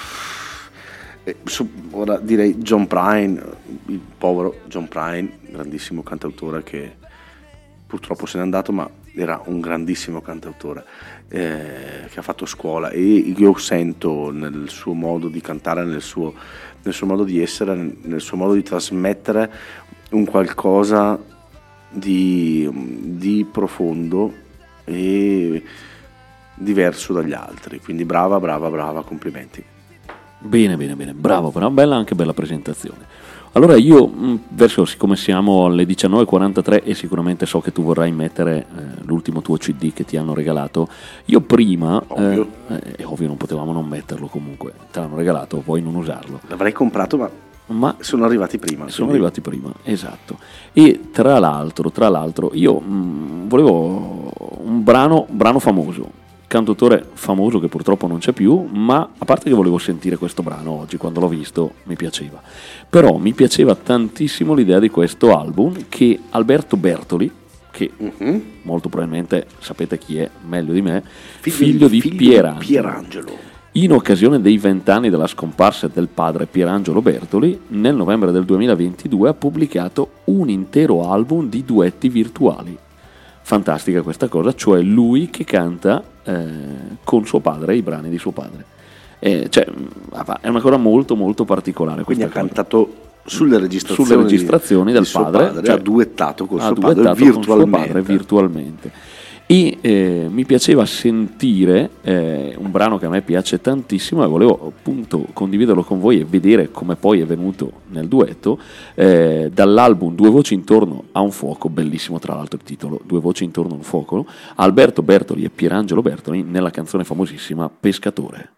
eh, su, ora direi John Prine, il povero John Prine, grandissimo cantautore che purtroppo se n'è andato, ma era un grandissimo cantautore eh, che ha fatto scuola, e io sento nel suo modo di cantare, nel suo, nel suo modo di essere, nel suo modo di trasmettere un qualcosa di, di profondo e diverso dagli altri. Quindi brava, brava, brava, complimenti. Bene, bene, bene, bravo, però bella, anche bella presentazione. Allora io, mh, verso, siccome siamo alle diciannove e quarantatré e sicuramente so che tu vorrai mettere eh, l'ultimo tuo C D che ti hanno regalato, io prima, Ovvio. Eh, è ovvio, non potevamo non metterlo comunque, te l'hanno regalato, puoi non usarlo. L'avrei comprato, ma, ma sono arrivati prima. Sono quindi... arrivati prima, esatto. E tra l'altro, tra l'altro, io mh, volevo un brano, brano famoso, cantautore famoso che purtroppo non c'è più, ma a parte che volevo sentire questo brano oggi, quando l'ho visto mi piaceva, però mi piaceva tantissimo l'idea di questo album che Alberto Bertoli, che uh-huh. molto probabilmente sapete chi è meglio di me, figlio, figlio di figlio Pierangelo, Pierangelo, in occasione dei vent'anni della scomparsa del padre Pierangelo Bertoli, nel novembre del duemilaventidue ha pubblicato un intero album di duetti virtuali. Fantastica questa cosa, cioè lui che canta eh, con suo padre i brani di suo padre. Eh, cioè, è una cosa molto molto particolare. Quindi ha cosa. cantato sulle registrazioni, sulle registrazioni del di suo padre, padre, cioè, ha duettato con ha suo duettato padre virtualmente. Con suo padre virtualmente. E eh, mi piaceva sentire eh, un brano che a me piace tantissimo e volevo appunto condividerlo con voi e vedere come poi è venuto nel duetto, eh, dall'album Due voci intorno a un fuoco, bellissimo tra l'altro il titolo, Due voci intorno a un fuoco, Alberto Bertoli e Pierangelo Bertoli nella canzone famosissima Pescatore.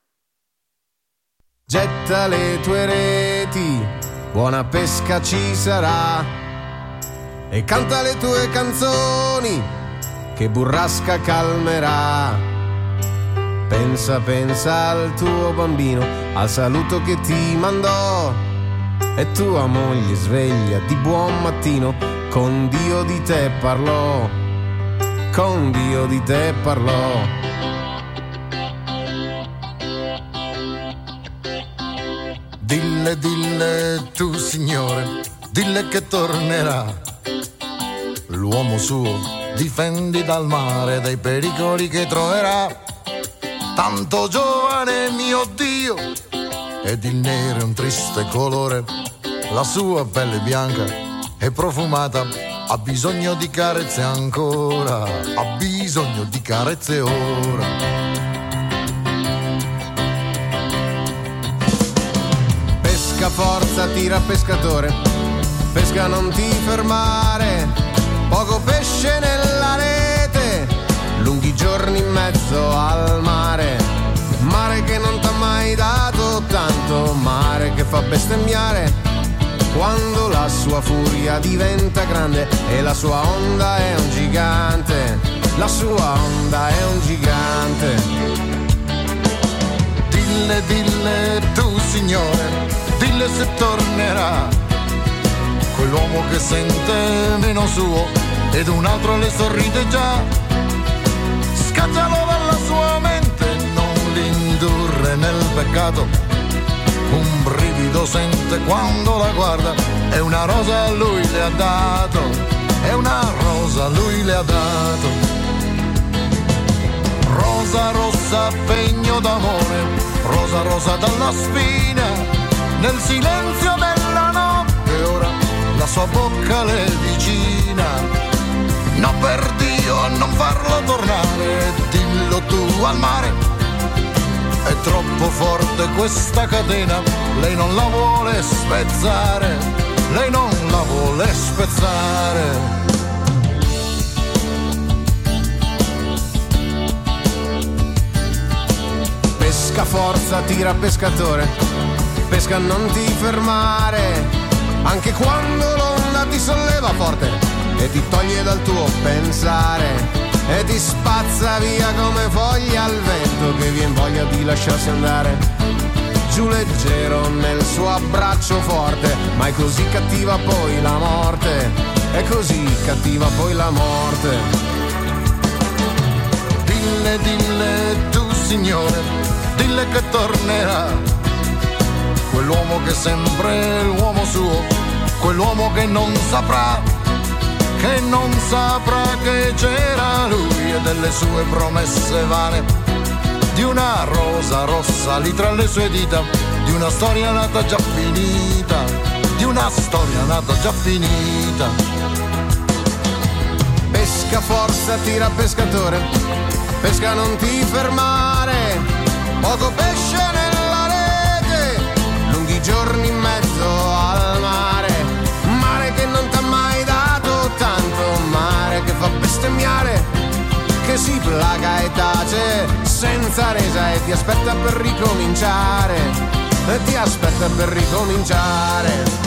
Getta le tue reti, buona pesca ci sarà, e canta le tue canzoni che burrasca calmerà. Pensa, pensa al tuo bambino, al saluto che ti mandò, e tua moglie sveglia di buon mattino, con Dio di te parlò, con Dio di te parlò. Dille, dille tu signore, dille che tornerà, l'uomo suo difendi dal mare, dai pericoli che troverà. Tanto giovane mio Dio, ed il nero è un triste colore, la sua pelle bianca è profumata, ha bisogno di carezze ancora, ha bisogno di carezze ora. Pesca forza, tira pescatore, pesca non ti fermare, poco pesce nella rete, lunghi giorni in mezzo al mare, mare che non t'ha mai dato tanto, mare che fa bestemmiare quando la sua furia diventa grande, e la sua onda è un gigante, la sua onda è un gigante. Dille, dille tu signore, dille se tornerà, quell'uomo che sente meno suo ed un altro le sorride già. Scaccialo dalla sua mente, non l'indurre nel peccato, un brivido sente quando la guarda, è una rosa lui le ha dato, è una rosa lui le ha dato. Rosa rossa pegno d'amore, rosa rosa dalla spina, nel silenzio della notte ora la sua bocca le vicina. No, per Dio, a non farlo tornare, dillo tu al mare, è troppo forte questa catena, lei non la vuole spezzare, lei non la vuole spezzare. Pesca forza, tira pescatore, pesca non ti fermare, anche quando l'onda ti solleva forte e ti toglie dal tuo pensare e ti spazza via come foglia al vento che vien voglia di lasciarsi andare. Giù leggero nel suo abbraccio forte, ma è così cattiva poi la morte, è così cattiva poi la morte. Dille, dille tu signore, dille che tornerà, quell'uomo che sempre è l'uomo suo, quell'uomo che non saprà, che non saprà che c'era lui e delle sue promesse vane, di una rosa rossa lì tra le sue dita, di una storia nata già finita, di una storia nata già finita. Pesca forza, tira pescatore, pesca non ti fermare, poco pesce nella rete, lunghi giorni in mezzo al mare, mare che non t'ha mai dato tanto, mare che fa bestemmiare, che si placa e tace senza resa e ti aspetta per ricominciare, e ti aspetta per ricominciare.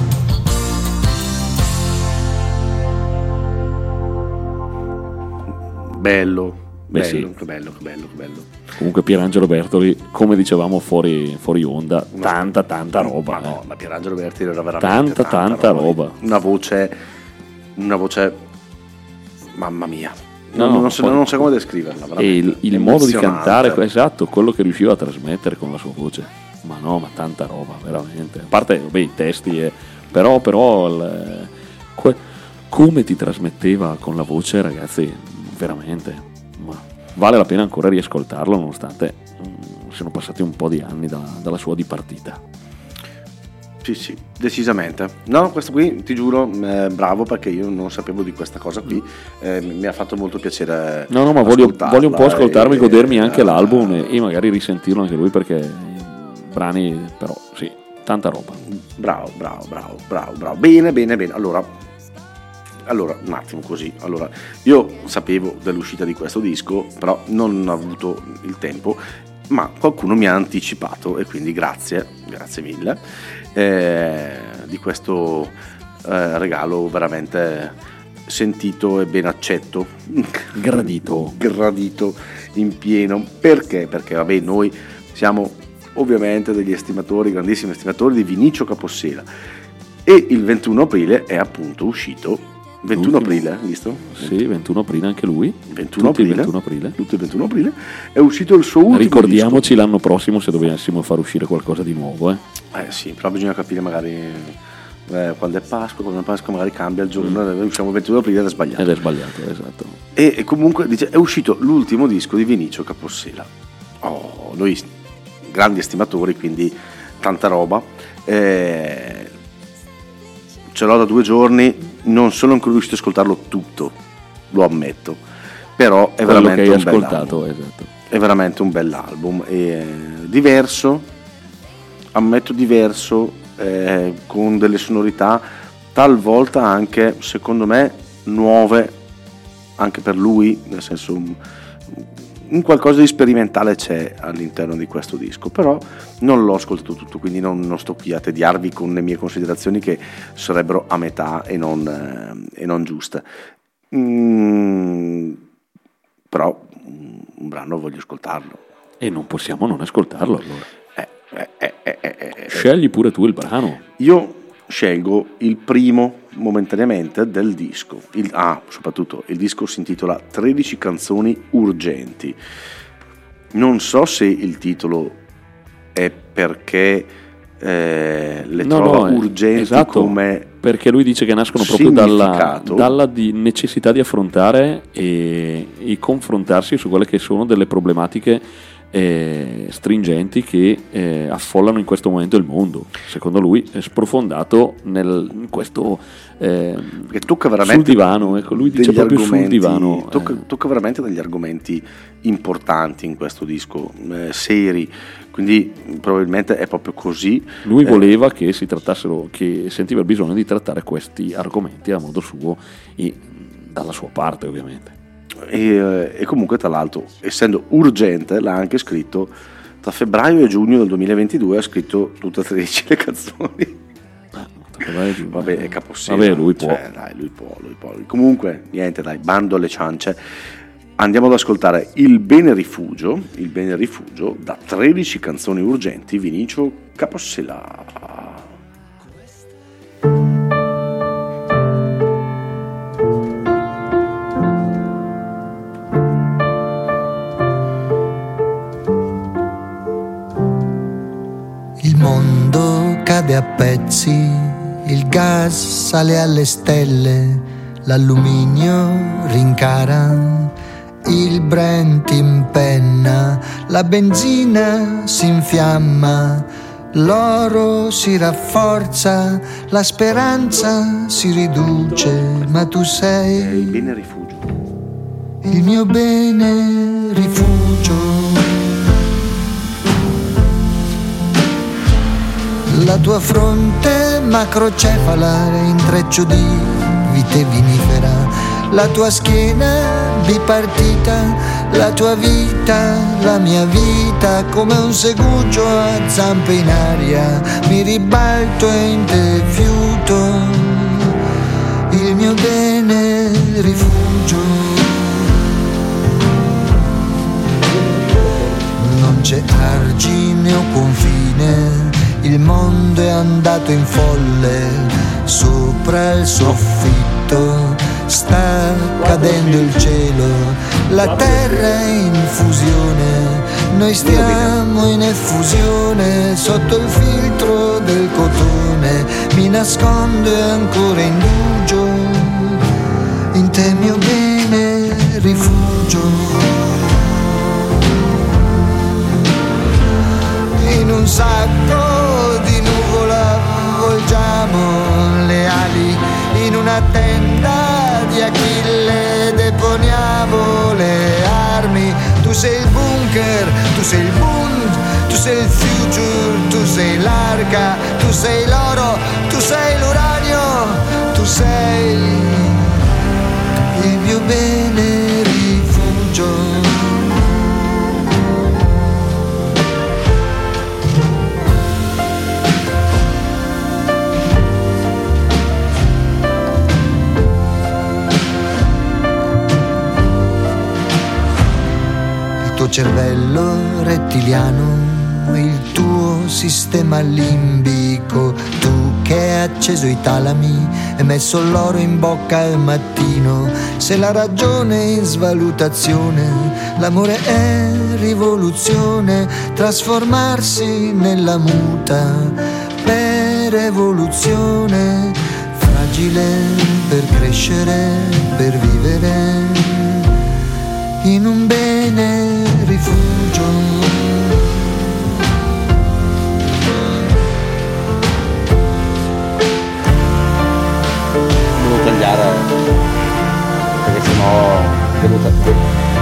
Bello, Beh, bello, sì. che bello, che bello, che bello. Comunque Pierangelo Bertoli, come dicevamo fuori, fuori onda, tanta tanta roba. Ma no, eh. ma Pierangelo Bertoli era veramente Tanta tanta roba. Una voce, una voce, mamma mia. No, non, no, non, so, poi- non so come descriverla. veramente. E il, il modo di Emozionante. cantare, esatto, quello che riusciva a trasmettere con la sua voce. Ma no, ma tanta roba, veramente. A parte vabbè, i testi, eh, però, però il- que- come ti trasmetteva con la voce, ragazzi, veramente. Ma vale la pena ancora riascoltarlo, nonostante mm, siano passati un po' di anni da- dalla sua dipartita. Sì, sì, decisamente. No, questo qui, ti giuro, eh, bravo, perché io non sapevo di questa cosa qui. Eh, mi ha fatto molto piacere. No, no, ma voglio, ascoltarla voglio un po' ascoltarmi, e- godermi anche eh, l'album e, e magari risentirlo anche lui, perché i brani, però, sì, tanta roba. Bravo, bravo, bravo, bravo, bravo. Bene, bene, bene. Allora, allora, un attimo così. Allora, io sapevo dell'uscita di questo disco, però non ho avuto il tempo, ma qualcuno mi ha anticipato e quindi grazie, grazie mille eh, di questo eh, regalo veramente sentito e ben accetto. Gradito. Gradito in pieno. Perché? Perché, vabbè, noi siamo ovviamente degli estimatori, grandissimi estimatori di Vinicio Capossela, e il ventuno aprile è appunto uscito. ventuno aprile, hai visto? Sì, ventuno aprile anche lui. ventuno Tutti il aprile, ventuno aprile. tutto il ventuno aprile è uscito il suo ultimo Ricordiamoci l'anno prossimo se dovessimo far uscire qualcosa di nuovo, eh. disco. Eh sì, però bisogna capire magari eh, quando è Pasqua, quando è Pasqua magari cambia il giorno, mm. usciamo il ventuno aprile ed è sbagliato. Ed è sbagliato, esatto. E, e comunque dice, è uscito l'ultimo disco di Vinicio Capossela. Oh, noi grandi estimatori, quindi tanta roba. Eh, ce l'ho da due giorni, non sono ancora riuscito ad ascoltarlo tutto, lo ammetto, però è Quello veramente che hai un ascoltato, bell'album. esatto. È veramente un bell'album, e diverso, ammetto diverso, eh, con delle sonorità talvolta anche, secondo me, nuove anche per lui, nel senso un, un qualcosa di sperimentale c'è all'interno di questo disco, però non l'ho ascoltato tutto, quindi non, non sto qui a tediarvi con le mie considerazioni che sarebbero a metà e non, eh, e non giuste. Mm, però un brano voglio ascoltarlo. E non possiamo non ascoltarlo, allora. Eh, eh, eh, eh, eh, eh. Scegli pure tu il brano. Io scelgo il primo momentaneamente del disco. Il, ah, soprattutto il disco si intitola tredici canzoni urgenti. Non so se il titolo è perché eh, le No, trova no, urgenti, esatto, come perché lui dice che nascono proprio dalla, significato. dalla di necessità di affrontare e, e confrontarsi su quelle che sono delle problematiche eh, stringenti che eh, affollano in questo momento il mondo. Secondo lui è sprofondato nel, in questo eh, che tocca veramente sul divano, ecco, lui dice degli proprio sul argomenti- divano. tocca, eh. tocca veramente degli argomenti importanti in questo disco, eh, seri, quindi probabilmente è proprio così. Lui Eh, voleva che si trattassero, che sentiva il bisogno di trattare questi argomenti a modo suo e dalla sua parte, ovviamente. E, e comunque, tra l'altro, essendo urgente, l'ha anche scritto tra febbraio e giugno del duemilaventidue ha scritto tutte e tredici le canzoni. Vabbè, è capossimo. Vabbè, lui può. Cioè, dai, lui può, lui può. Comunque, niente, dai, bando alle ciance. Andiamo ad ascoltare Il Bene Rifugio, Il Bene Rifugio, da tredici canzoni urgenti, Vinicio Capossela. Il mondo cade a pezzi, il gas sale alle stelle, l'alluminio rincara, il Brent impenna, la benzina si infiamma, l'oro si rafforza, la speranza si riduce, ma tu sei il bene rifugio, il mio bene rifugio. La tua fronte macrocefala, intreccio di vite vinifera, la tua schiena bipartita, la tua vita, la mia vita, come un segugio a zampe in aria, mi ribalto e in te fiuto, il mio bene rifugio. Non c'è argine o confine, il mondo è andato in folle, sopra il soffitto sta cadendo il cielo, la terra è in fusione, noi stiamo in effusione, sotto il filtro del cotone, mi nascondo e ancora indugio, in te mio bene rifugio. In un sacco di nuvola volgiamo le ali, in una tenda di Achille deponiamo le armi. Tu sei il bunker, tu sei il Bund, tu sei il future, tu sei l'arca, tu sei l'oro, tu sei l'uranio, tu sei il mio bene rifugio. Cervello rettiliano, il tuo sistema limbico, tu che hai acceso i talami e messo l'oro in bocca al mattino, se la ragione è in svalutazione, l'amore è rivoluzione, trasformarsi nella muta per evoluzione, fragile per crescere, per vivere in un bene rifugio. Devo tagliare perché sennò devo tagliare.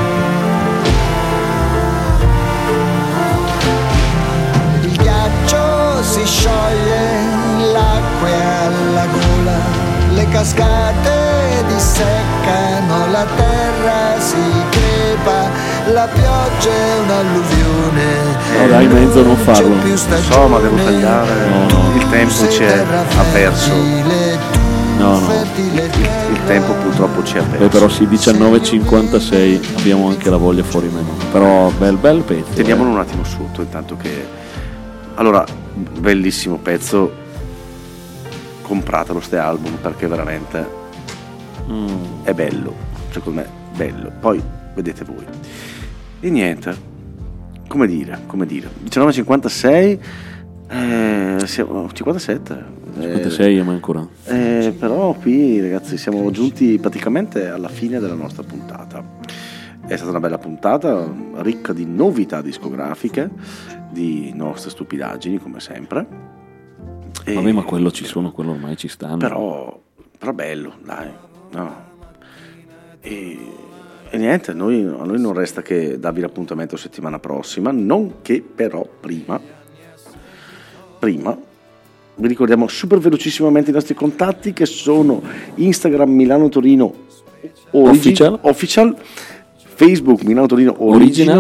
Il ghiaccio si scioglie, l'acqua è alla gola, le cascate disseccano, la terra si crepa, la pioggia è un'alluvione. No dai, mezzo non farlo. So, ma devo tagliare. No, no. Il tempo ci è avverso. No, no. Il, il tempo purtroppo ci è avverso. Beh, però sì, diciannove e cinquantasei abbiamo anche la voglia fuori meno. Però bel bel pezzo. Teniamolo eh. un attimo sotto intanto che. Allora, bellissimo pezzo. Compratelo ste album perché veramente mm. è bello, secondo me bello, poi vedete voi. E niente, come dire, come dire, diciannove e cinquantasei, eh, siamo cinquantasette, cinquantasei, eh, ma ancora. Eh, però qui ragazzi siamo giunti praticamente alla fine della nostra puntata. È stata una bella puntata, ricca di novità discografiche, di nostre stupidaggini come sempre. E vabbè, ma quello ci sono, quello ormai ci stanno. Però, però bello, dai, no. E, e niente, noi, a noi non resta che darvi l'appuntamento settimana prossima, non che però prima, prima vi ricordiamo super velocissimamente i nostri contatti che sono Instagram Milano Torino Origi, Official. Official, Facebook Milano Torino Original, Original.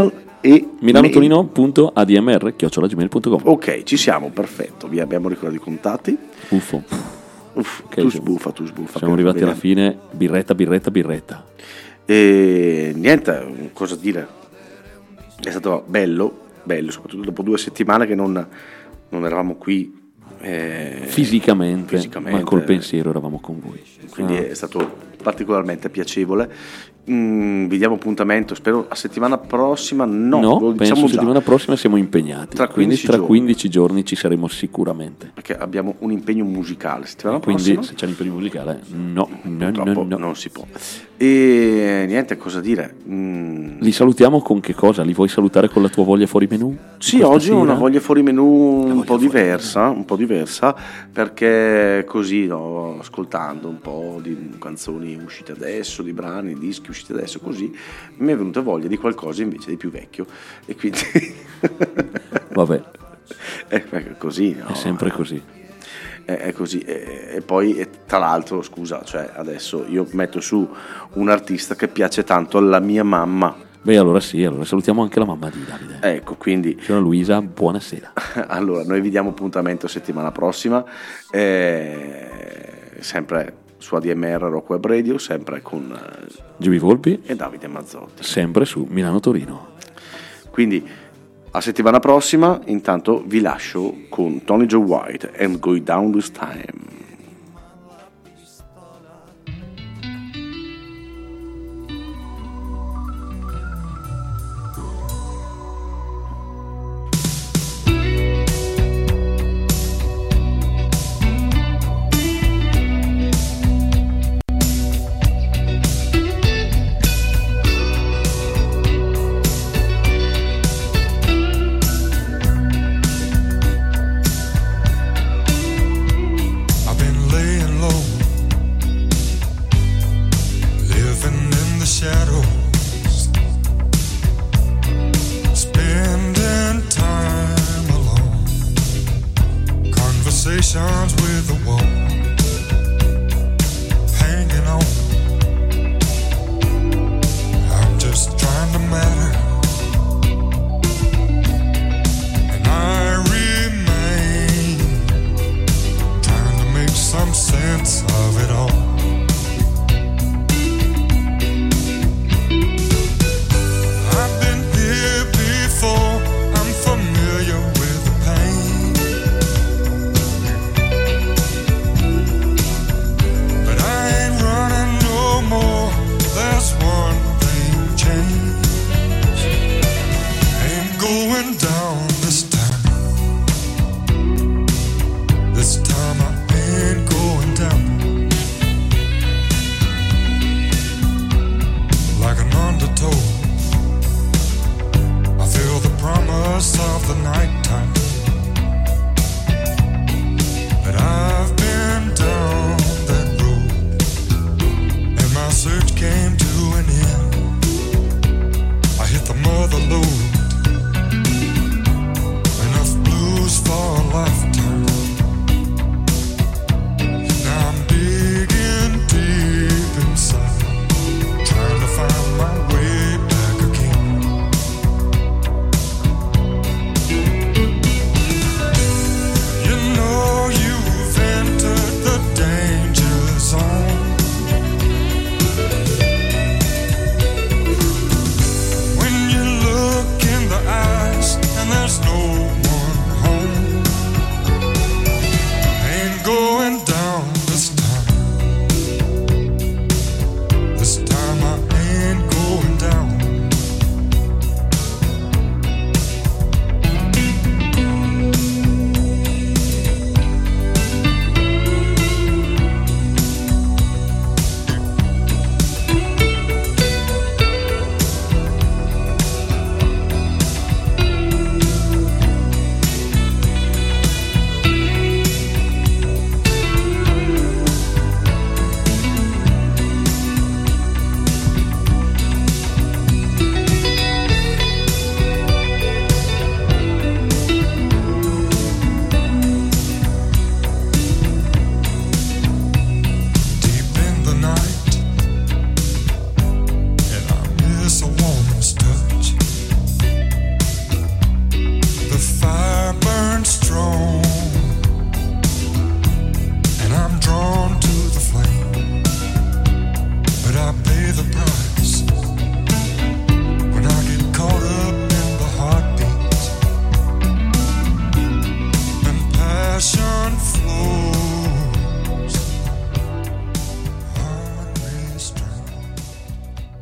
e milanotorino punto a d m r chiocciola gmail punto com. Ok, ci siamo, perfetto. Vi abbiamo ricordato i contatti. Uffo. Uff, Okay, tu siamo- sbuffa, tu sbuffa. Siamo che arrivati va alla bene. fine, birretta, birretta, birretta. E niente, cosa dire? È stato bello, bello, soprattutto dopo due settimane che non, non eravamo qui. eh, Fisicamente, fisicamente. ma col pensiero eravamo con voi. Quindi Ah. è stato particolarmente piacevole. Mm, vi diamo appuntamento, spero a settimana prossima. No, No, lo penso diciamo già, settimana prossima siamo impegnati. Tra quindi quindici tra giorni. quindici giorni ci saremo sicuramente. perché abbiamo un impegno musicale. Settimana Quindi prossima se c'è l'impegno musicale, no, no, purtroppo no, no. non si può. E niente, cosa dire? Mm, Li salutiamo con che cosa? Li vuoi salutare con la tua voglia fuori menù? Sì, Questa oggi ho sera? una voglia fuori menù un voglia po' fuori diversa, un po' diversa, perché così, no, ascoltando un po' di canzoni uscite adesso, di brani, dischi usciti adesso, così mi è venuta voglia di qualcosa invece di più vecchio e quindi Vabbè, è è così, no? è sempre così. È, è così e, e poi e tra l'altro, scusa, cioè adesso io metto su un artista che piace tanto alla mia mamma. Beh, allora sì, allora salutiamo anche la mamma di Davide. Ecco, quindi Signora Luisa, buonasera. allora noi vi diamo appuntamento settimana prossima, eh, sempre su A D M R Rock Web Radio, sempre con eh, Giubi Volpi, e Davide Mazzotti. sempre su Milano Torino. Quindi a settimana prossima, intanto vi lascio con Tony Joe White and Going Down This Time. I've been laying low, living in the shadows, spending time alone, conversations with the wall, hanging on. I'm just trying to matter, and I remain trying to make some sense of it all. I've been here before, I'm familiar with the pain, but I ain't running no more. There's one thing changed, ain't going down this time. This time I ain't going down. Like an undertow, I feel the promise of the night.